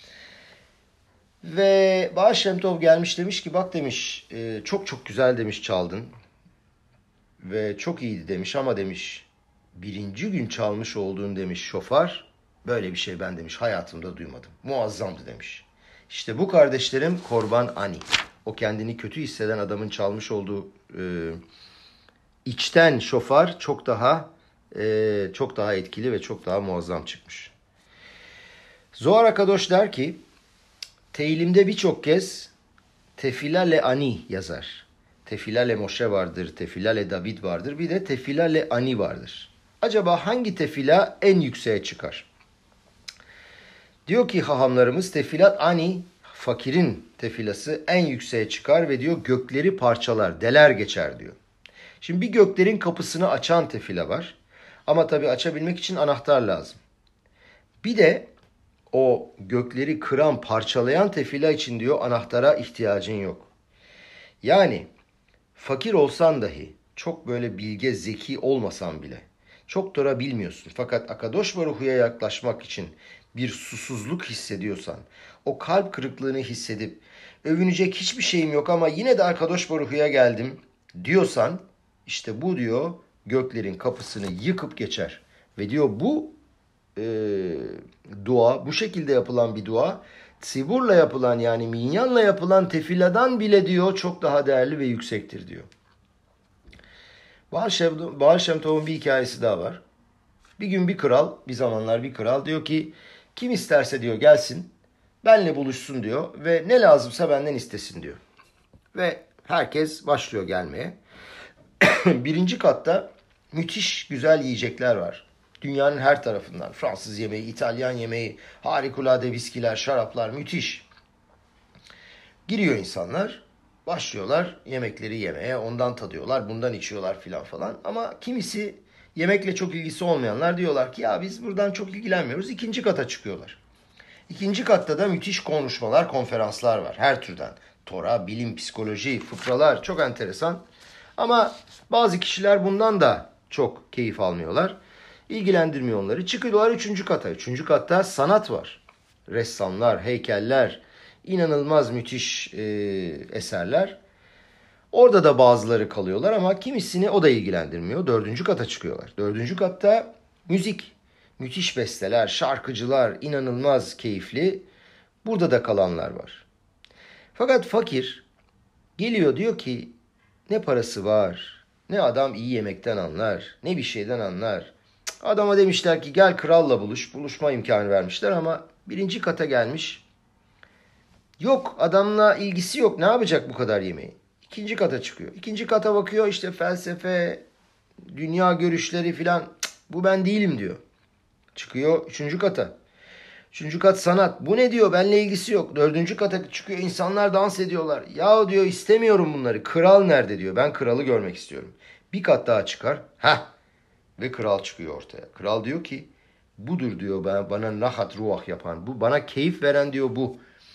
S1: Ve Baal Shem Tov gelmiş, demiş ki bak demiş, çok çok güzel demiş çaldın. Ve çok iyiydi demiş ama demiş birinci gün çalmış olduğun demiş şofar, böyle bir şey ben demiş hayatımda duymadım. Muazzamdı demiş. İşte bu kardeşlerim korban ani. O kendini kötü hisseden adamın çalmış olduğu e, içten şofar çok daha e, çok daha etkili ve çok daha muazzam çıkmış. Zohar HaKadosh der ki, Teilim'de birçok kez Tefila le ani yazar. Tefila le Moshe vardır, Tefila le David vardır, bir de Tefila le ani vardır. Acaba hangi tefila en yükseğe çıkar? Diyor ki hahamlarımız, tefilat ani, fakirin tefilası en yükseğe çıkar ve diyor gökleri parçalar, deler geçer diyor. Şimdi bir göklerin kapısını açan tefila var. Ama tabii açabilmek için anahtar lazım. Bir de o gökleri kıran, parçalayan tefila için diyor anahtara ihtiyacın yok. Yani fakir olsan dahi, çok böyle bilge, zeki olmasan bile, çok Tora bilmiyorsun. Fakat Akadosh Baruch Hu'ya yaklaşmak için bir susuzluk hissediyorsan, o kalp kırıklığını hissedip, övünecek hiçbir şeyim yok ama yine de Akadosh Baruch Hu'ya geldim diyorsan, işte bu diyor göklerin kapısını yıkıp geçer. Ve diyor bu e, dua, bu şekilde yapılan bir dua, tsiburla yapılan yani minyanla yapılan tefiladan bile diyor çok daha değerli ve yüksektir diyor. Baal Shem Tov'un bir hikayesi daha var. Bir gün bir kral, bir zamanlar bir kral diyor ki kim isterse diyor gelsin, benle buluşsun diyor ve ne lazımsa benden istesin diyor. Ve herkes başlıyor gelmeye. Birinci katta müthiş güzel yiyecekler var. Dünyanın her tarafından. Fransız yemeği, İtalyan yemeği, harikulade viskiler, şaraplar müthiş. Giriyor insanlar, başlıyorlar yemekleri yemeye, ondan tadıyorlar, bundan içiyorlar filan falan. Ama kimisi yemekle çok ilgisi olmayanlar diyorlar ki ya biz buradan çok ilgilenmiyoruz. İkinci kata çıkıyorlar. İkinci katta da müthiş konuşmalar, konferanslar var her türden. Tora, bilim, psikoloji, fıkralar çok enteresan. Ama bazı kişiler bundan da çok keyif almıyorlar. İlgilendirmiyor onları. Çıkıyorlar üçüncü kata. Üçüncü katta sanat var. Ressamlar, heykeller, inanılmaz müthiş e, eserler. Orada da bazıları kalıyorlar ama kimisini o da ilgilendirmiyor. Dördüncü kata çıkıyorlar. Dördüncü katta müzik, müthiş besteler, şarkıcılar, inanılmaz keyifli. Burada da kalanlar var. Fakat fakir geliyor diyor ki ne parası var, ne adam iyi yemekten anlar, ne bir şeyden anlar. Adama demişler ki gel kralla buluş, buluşma imkanı vermişler ama birinci kata gelmiş. Yok adamla ilgisi yok, ne yapacak bu kadar yemeği? İkinci kata çıkıyor. İkinci kata bakıyor işte felsefe, dünya görüşleri filan. Bu ben değilim diyor. Çıkıyor üçüncü kata. Üçüncü kat sanat. Bu ne diyor? Benimle ilgisi yok. Dördüncü kata çıkıyor. İnsanlar dans ediyorlar. Ya diyor istemiyorum bunları. Kral nerede diyor. Ben kralı görmek istiyorum. Bir kat daha çıkar. Heh. Ve kral çıkıyor ortaya. Kral diyor ki budur diyor ben, bana nahat ruah yapan. Bu bana keyif veren diyor bu.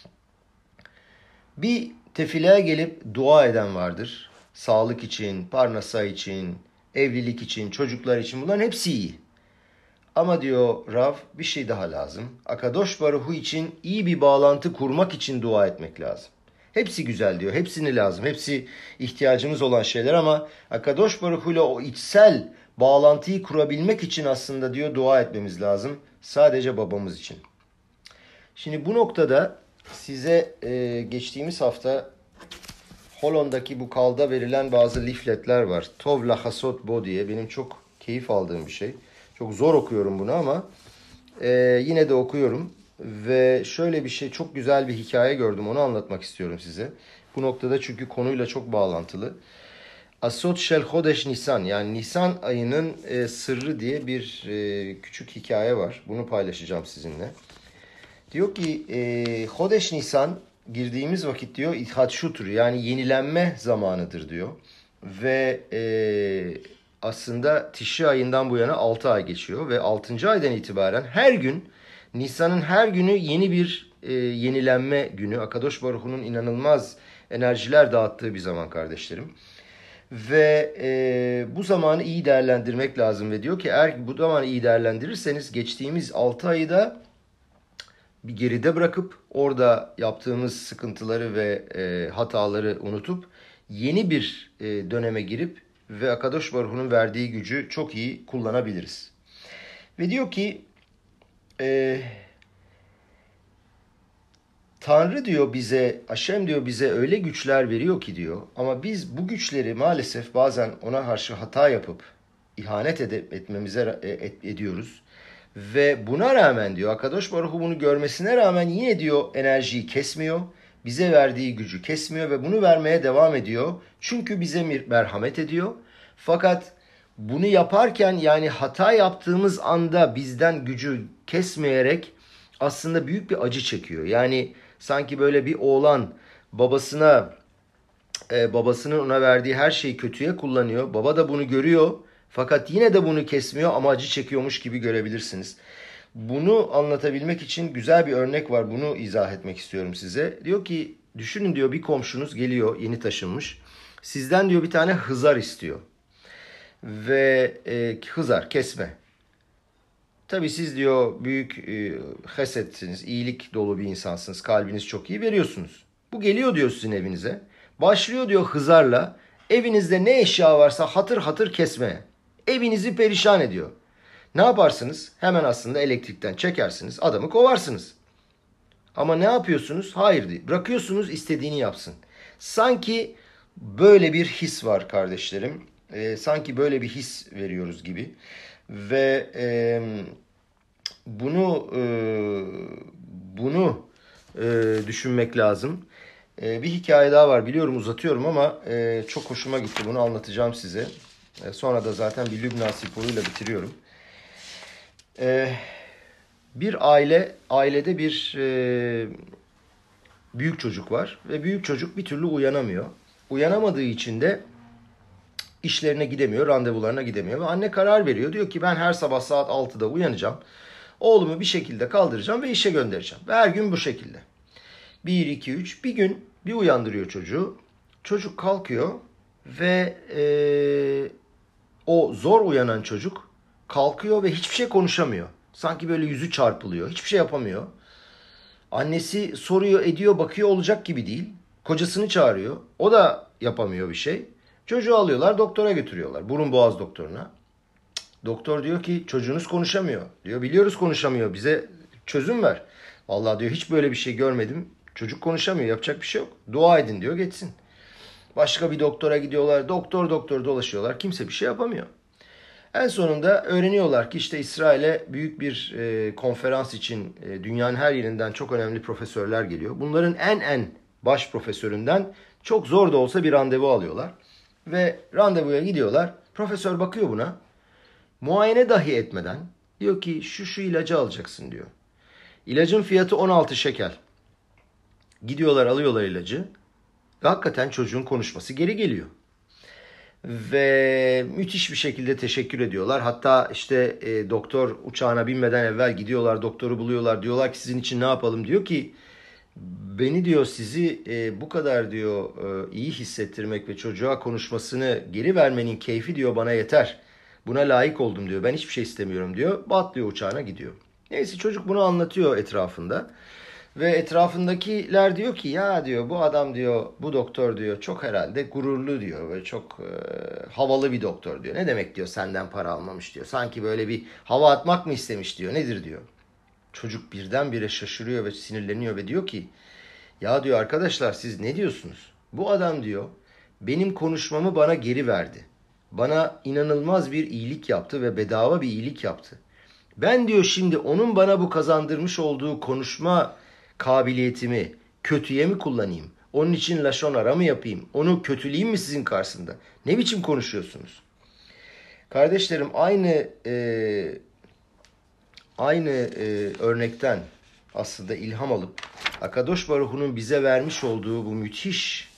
S1: Bir tefileye gelip dua eden vardır. Sağlık için, parnasa için, evlilik için, çocuklar için bunların hepsi iyi. Ama diyor Rav bir şey daha lazım. Akadosh Baruhu için iyi bir bağlantı kurmak için dua etmek lazım. Hepsi güzel diyor. Hepsini lazım. Hepsi ihtiyacımız olan şeyler ama Akadosh Baruhu ile o içsel bağlantıyı kurabilmek için aslında diyor dua etmemiz lazım. Sadece babamız için. Şimdi bu noktada size e, geçtiğimiz hafta Holland'daki bu kalda verilen bazı leafletler var. Tov Lachasot Bo diye benim çok keyif aldığım bir şey. Çok zor okuyorum bunu ama e, yine de okuyorum. Ve şöyle bir şey, çok güzel bir hikaye gördüm. Onu anlatmak istiyorum size. Bu noktada çünkü konuyla çok bağlantılı. Asot Shel Chodesh Nisan, yani Nisan ayının e, sırrı diye bir e, küçük hikaye var. Bunu paylaşacağım sizinle. Diyor ki e, Chodesh Nisan girdiğimiz vakit diyor İthadshutur, yani yenilenme zamanıdır diyor. Ve e, aslında Tişri ayından bu yana altı ay geçiyor ve altıncı aydan itibaren her gün, Nisan'ın her günü yeni bir e, yenilenme günü. Akadosh Baruhu'nun inanılmaz enerjiler dağıttığı bir zaman kardeşlerim. Ve e, bu zamanı iyi değerlendirmek lazım ve diyor ki eğer bu zamanı iyi değerlendirirseniz geçtiğimiz altı ayı da bir geride bırakıp orada yaptığımız sıkıntıları ve e, hataları unutup yeni bir e, döneme girip ve Akadosh Baruhu'nun verdiği gücü çok iyi kullanabiliriz. Ve diyor ki e, Tanrı diyor bize, Haşem diyor bize öyle güçler veriyor ki diyor ama biz bu güçleri maalesef bazen ona karşı hata yapıp ihanet edip etmemize et, ediyoruz. Ve buna rağmen diyor Akadosh Baruhu bunu görmesine rağmen yine diyor enerjiyi kesmiyor. Bize verdiği gücü kesmiyor ve bunu vermeye devam ediyor. Çünkü bize merhamet ediyor. Fakat bunu yaparken, yani hata yaptığımız anda bizden gücü kesmeyerek aslında büyük bir acı çekiyor. Yani sanki böyle bir oğlan babasına e, babasının ona verdiği her şeyi kötüye kullanıyor. Baba da bunu görüyor. Fakat yine de bunu kesmiyor ama acı çekiyormuş gibi görebilirsiniz. Bunu anlatabilmek için güzel bir örnek var. Bunu izah etmek istiyorum size. Diyor ki düşünün diyor bir komşunuz geliyor, yeni taşınmış. Sizden diyor bir tane hızar istiyor. Ve e, hızar kesme. Tabii siz diyor büyük e, hesetsiniz, iyilik dolu bir insansınız. Kalbiniz çok iyi, veriyorsunuz. Bu geliyor diyor sizin evinize. Başlıyor diyor hızarla evinizde ne eşya varsa hatır hatır kesmeye. Evinizi perişan ediyor. Ne yaparsınız? Hemen aslında elektrikten çekersiniz. Adamı kovarsınız. Ama ne yapıyorsunuz? Hayır değil. Bırakıyorsunuz istediğini yapsın. Sanki böyle bir his var kardeşlerim. Ee, sanki böyle bir his veriyoruz gibi. Ve e, bunu e, bunu e, düşünmek lazım. E, bir hikaye daha var. Biliyorum uzatıyorum ama e, çok hoşuma gitti. Bunu anlatacağım size. E, sonra da zaten bir Lübnan sporuyla bitiriyorum. E, bir aile, ailede bir e, büyük çocuk var. Ve büyük çocuk bir türlü uyanamıyor. Uyanamadığı için de işlerine gidemiyor, randevularına gidemiyor. Ve anne karar veriyor. Diyor ki ben her sabah saat altıda uyanacağım. Oğlumu bir şekilde kaldıracağım ve işe göndereceğim. Ve her gün bu şekilde. Bir, iki, üç. Bir gün bir uyandırıyor çocuğu. Çocuk kalkıyor ve e, o zor uyanan çocuk kalkıyor ve hiçbir şey konuşamıyor. Sanki böyle yüzü çarpılıyor. Hiçbir şey yapamıyor. Annesi soruyor, ediyor, bakıyor, olacak gibi değil. Kocasını çağırıyor. O da yapamıyor bir şey. Çocuğu alıyorlar, doktora götürüyorlar. Burun boğaz doktoruna. Doktor diyor ki çocuğunuz konuşamıyor. Diyor biliyoruz konuşamıyor. Bize çözüm ver. Vallahi diyor hiç böyle bir şey görmedim. Çocuk konuşamıyor. Yapacak bir şey yok. Dua edin diyor geçsin. Başka bir doktora gidiyorlar. Doktor doktor dolaşıyorlar. Kimse bir şey yapamıyor. En sonunda öğreniyorlar ki işte İsrail'e büyük bir e, konferans için e, dünyanın her yerinden çok önemli profesörler geliyor. Bunların en en baş profesöründen çok zor da olsa bir randevu alıyorlar. Ve randevuya gidiyorlar. Profesör bakıyor buna. Muayene dahi etmeden diyor ki şu şu ilacı alacaksın diyor. İlacın fiyatı on altı şekel. Gidiyorlar alıyorlar ilacı. Ve hakikaten çocuğun konuşması geri geliyor. Ve müthiş bir şekilde teşekkür ediyorlar. Hatta işte e, doktor uçağına binmeden evvel gidiyorlar, doktoru buluyorlar. Diyorlar ki sizin için ne yapalım? Diyor ki beni diyor sizi e, bu kadar diyor e, iyi hissettirmek ve çocuğa konuşmasını geri vermenin keyfi diyor bana yeter. Buna layık oldum diyor. Ben hiçbir şey istemiyorum diyor. Atlıyor uçağına gidiyor. Neyse çocuk bunu anlatıyor etrafında. Ve etrafındakiler diyor ki ya diyor bu adam diyor bu doktor diyor çok herhalde gururlu diyor ve çok e, havalı bir doktor diyor. Ne demek diyor senden para almamış diyor. Sanki böyle bir hava atmak mı istemiş diyor. Nedir diyor. Çocuk birdenbire şaşırıyor ve sinirleniyor ve diyor ki ya diyor arkadaşlar siz ne diyorsunuz? Bu adam diyor benim konuşmamı bana geri verdi. Bana inanılmaz bir iyilik yaptı ve bedava bir iyilik yaptı. Ben diyor şimdi onun bana bu kazandırmış olduğu konuşma kabiliyetimi kötüye mi kullanayım? Onun için lashon mı yapayım? Onu kötüleyeyim mi sizin karşısında? Ne biçim konuşuyorsunuz? Kardeşlerim aynı e, aynı e, örnekten aslında ilham alıp Akadosh Baruhu'nun bize vermiş olduğu bu müthiş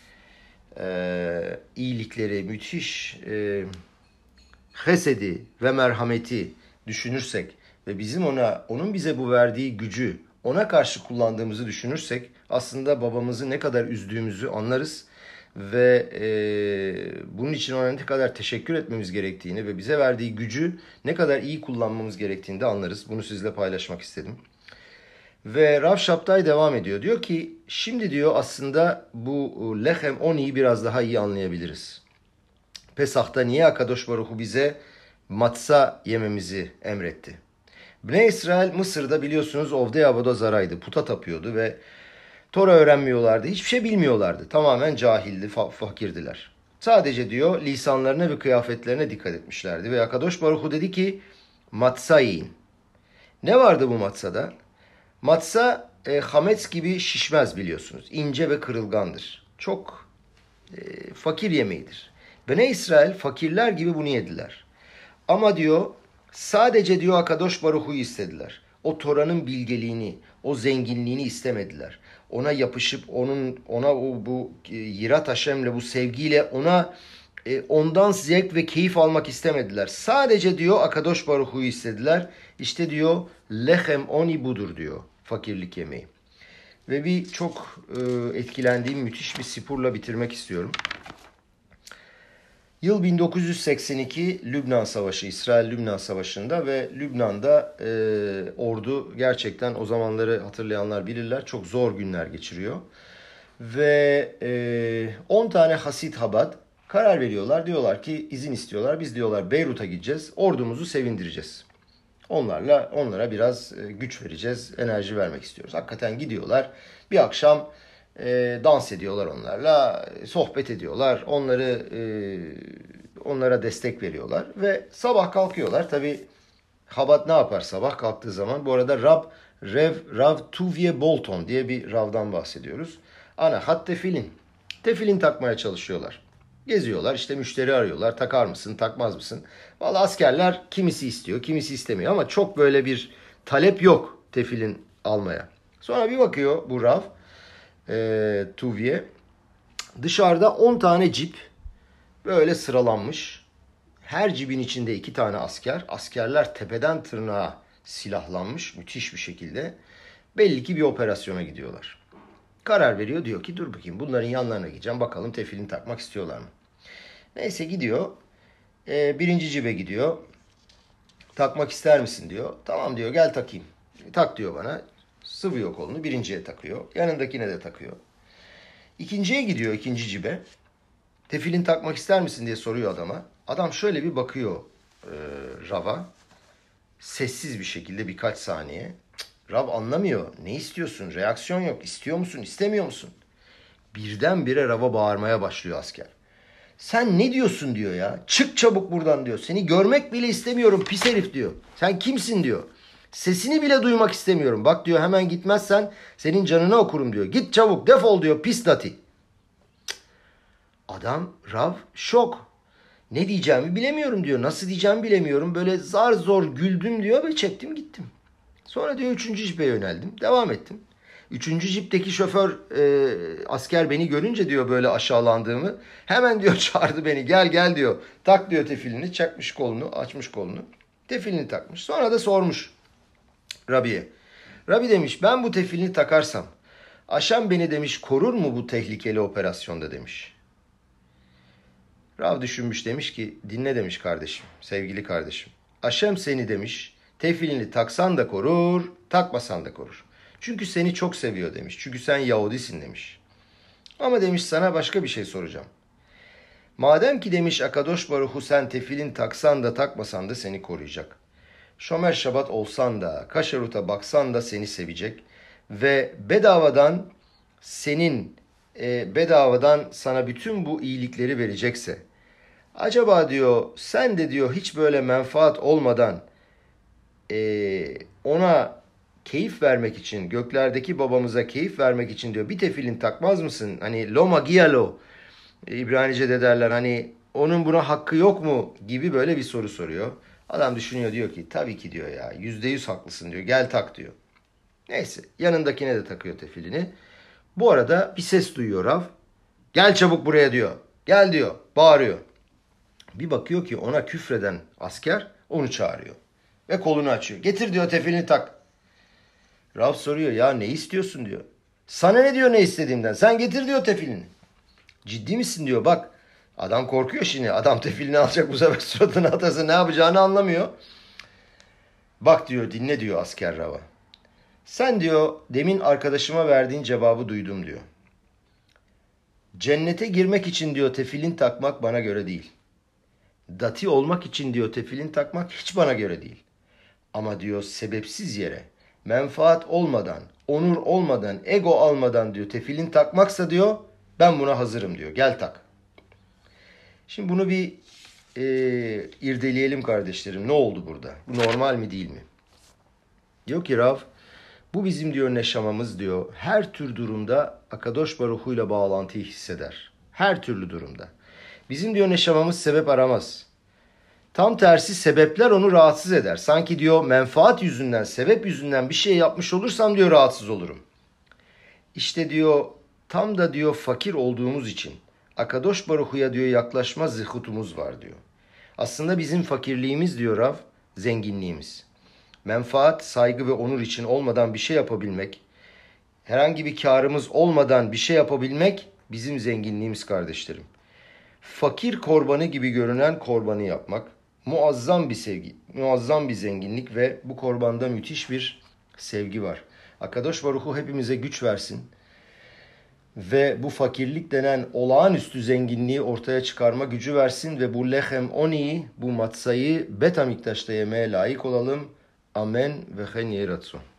S1: e, iyilikleri, müthiş e, hesedi ve merhameti düşünürsek ve bizim ona, onun bize bu verdiği gücü ona karşı kullandığımızı düşünürsek aslında babamızı ne kadar üzdüğümüzü anlarız ve e, bunun için ona ne kadar teşekkür etmemiz gerektiğini ve bize verdiği gücü ne kadar iyi kullanmamız gerektiğini de anlarız. Bunu sizinle paylaşmak istedim. Ve Rav Şaptay devam ediyor. Diyor ki şimdi diyor aslında bu Lechem Oni'yi biraz daha iyi anlayabiliriz. Pesah'ta niye Akadosh Baruhu bize matsa yememizi emretti? Bnei İsrail Mısır'da biliyorsunuz Ovdei Avoda Zara'ydı. Puta tapıyordu ve Tora öğrenmiyorlardı. Hiçbir şey bilmiyorlardı. Tamamen cahildi, fa- fakirdiler. Sadece diyor lisanlarına ve kıyafetlerine dikkat etmişlerdi. Ve Akadosh Baruhu dedi ki matsa yiyin. Ne vardı bu matsada? Matsa e, hametz gibi şişmez biliyorsunuz. İnce ve kırılgandır. Çok e, fakir yemeğidir. Bnei İsrail fakirler gibi bunu yediler. Ama diyor sadece diyor Akadosh Baruhu'yu istediler. O Tora'nın bilgeliğini, o zenginliğini istemediler. Ona yapışıp onun ona o bu e, Yirat Haşem'le bu sevgiyle ona e, ondan zevk ve keyif almak istemediler. Sadece diyor Akadosh Baruhu'yu istediler. İşte diyor Lechem Oni budur diyor fakirlik yemeği. Ve bir çok e, etkilendiğim müthiş bir sipurla bitirmek istiyorum. Yıl bin dokuz yüz seksen iki Lübnan Savaşı, İsrail-Lübnan Savaşı'nda ve Lübnan'da e, ordu gerçekten o zamanları hatırlayanlar bilirler çok zor günler geçiriyor. Ve e, on tane Hasid Habad Karar veriyorlar. Diyorlar ki izin istiyorlar. Biz diyorlar Beyrut'a gideceğiz. Ordumuzu sevindireceğiz. Onlarla onlara biraz güç vereceğiz. Enerji vermek istiyoruz. Hakikaten gidiyorlar. Bir akşam e, dans ediyorlar onlarla. Sohbet ediyorlar. Onları e, onlara destek veriyorlar. Ve sabah kalkıyorlar. Tabii Chabad ne yapar sabah kalktığı zaman? Bu arada Rab, Rev, Rav Tuvie Bolton diye bir Rav'dan bahsediyoruz. Ana hat tefilin. Tefilin takmaya çalışıyorlar. Geziyorlar işte müşteri arıyorlar. Takar mısın takmaz mısın? Vallahi askerler kimisi istiyor kimisi istemiyor ama çok böyle bir talep yok tefilin almaya. Sonra bir bakıyor bu Rav e, Tuvie. Dışarıda on tane cip böyle sıralanmış. Her cibin içinde iki tane asker. Askerler tepeden tırnağa silahlanmış müthiş bir şekilde. Belli ki bir operasyona gidiyorlar. Karar veriyor diyor ki dur bakayım bunların yanlarına gideceğim. Bakalım tefilin takmak istiyorlar mı? Neyse gidiyor. Ee, birinci cibe gidiyor. Takmak ister misin diyor. Tamam diyor gel takayım. Tak diyor bana. Sıvıyor kolunu birinciye takıyor. Yanındakine de takıyor. İkinciye gidiyor ikinci cibe. Tefilin takmak ister misin diye soruyor adama. Adam şöyle bir bakıyor e, Rav'a. Sessiz bir şekilde birkaç saniye. Cık, Rav anlamıyor. Ne istiyorsun? Reaksiyon yok. İstiyor musun? İstemiyor musun? Birdenbire Rav'a bağırmaya başlıyor asker. Sen ne diyorsun diyor ya. Çık çabuk buradan diyor. Seni görmek bile istemiyorum pis herif diyor. Sen kimsin diyor. Sesini bile duymak istemiyorum. Bak diyor hemen gitmezsen senin canını okurum diyor. Git çabuk defol diyor pis dati. Adam Rav şok. Ne diyeceğimi bilemiyorum diyor. Nasıl diyeceğimi bilemiyorum. Böyle zar zor güldüm diyor ve çektim gittim. Sonra diyor üçüncü cipe yöneldim. Devam ettim. Üçüncü cipteki şoför e, asker beni görünce diyor böyle aşağılandığımı. Hemen diyor çağırdı beni gel gel diyor. Tak diyor tefilini çakmış kolunu açmış kolunu. Tefilini takmış. Sonra da sormuş Rabi'ye. Rabi demiş ben bu tefilini takarsam Aşem beni demiş korur mu bu tehlikeli operasyonda demiş. Rav düşünmüş demiş ki dinle demiş kardeşim sevgili kardeşim. Aşem seni demiş tefilini taksan da korur takmasan da korur. Çünkü seni çok seviyor demiş. Çünkü sen Yahudisin demiş. Ama demiş sana başka bir şey soracağım. Madem ki demiş Akadosh Baruhu sen tefilin taksan da takmasan da seni koruyacak. Şomer Şabat olsan da kaşarut'a baksan da seni sevecek. Ve bedavadan senin e, bedavadan sana bütün bu iyilikleri verecekse. Acaba diyor sen de diyor hiç böyle menfaat olmadan e, ona keyif vermek için, göklerdeki babamıza keyif vermek için diyor bir tefilin takmaz mısın? Hani lo magiyalo, İbranice'de derler hani onun buna hakkı yok mu gibi böyle bir soru soruyor. Adam düşünüyor diyor ki tabii ki diyor ya yüzde yüz haklısın diyor gel tak diyor. Neyse yanındakine de takıyor tefilini. Bu arada bir ses duyuyor Rav. Gel çabuk buraya diyor. Gel diyor bağırıyor. Bir bakıyor ki ona küfreden asker onu çağırıyor. Ve kolunu açıyor. Getir diyor tefilini tak. Rav soruyor ya ne istiyorsun diyor. Sana ne diyor ne istediğimden. Sen getir diyor tefilini. Ciddi misin diyor bak. Adam korkuyor şimdi. Adam tefilini alacak bu sefer suratına atarsa ne yapacağını anlamıyor. Bak diyor dinle diyor asker Rav'a. Sen diyor demin arkadaşıma verdiğin cevabı duydum diyor. Cennete girmek için diyor tefilin takmak bana göre değil. Dati olmak için diyor tefilin takmak hiç bana göre değil. Ama diyor sebepsiz yere menfaat olmadan, onur olmadan, ego almadan diyor tefilin takmaksa diyor ben buna hazırım diyor. Gel tak. Şimdi bunu bir e, irdeleyelim kardeşlerim. Ne oldu burada? Bu normal mi değil mi? Diyor ki Rav bu bizim diyor neşamamız diyor her tür durumda Akadosh Baruhu ile bağlantıyı hisseder. Her türlü durumda. Bizim diyor neşamamız sebep aramaz. Tam tersi sebepler onu rahatsız eder. Sanki diyor menfaat yüzünden, sebep yüzünden bir şey yapmış olursam diyor rahatsız olurum. İşte diyor tam da diyor fakir olduğumuz için Akadosh Baruhu'ya diyor yaklaşma zıhhutumuz var diyor. Aslında bizim fakirliğimiz diyor Rav, zenginliğimiz. Menfaat, saygı ve onur için olmadan bir şey yapabilmek, herhangi bir karımız olmadan bir şey yapabilmek bizim zenginliğimiz kardeşlerim. Fakir korbanı gibi görünen korbanı yapmak muazzam bir sevgi, muazzam bir zenginlik ve bu korbanda müthiş bir sevgi var. Akadosh Baruhu hepimize güç versin. ve bu fakirlik denen olağanüstü zenginliği ortaya çıkarma gücü versin ve bu lehem oni, bu matsayı Bet Amiktaş'ta yemeye layık olalım. Amen ve hen yehi ratson.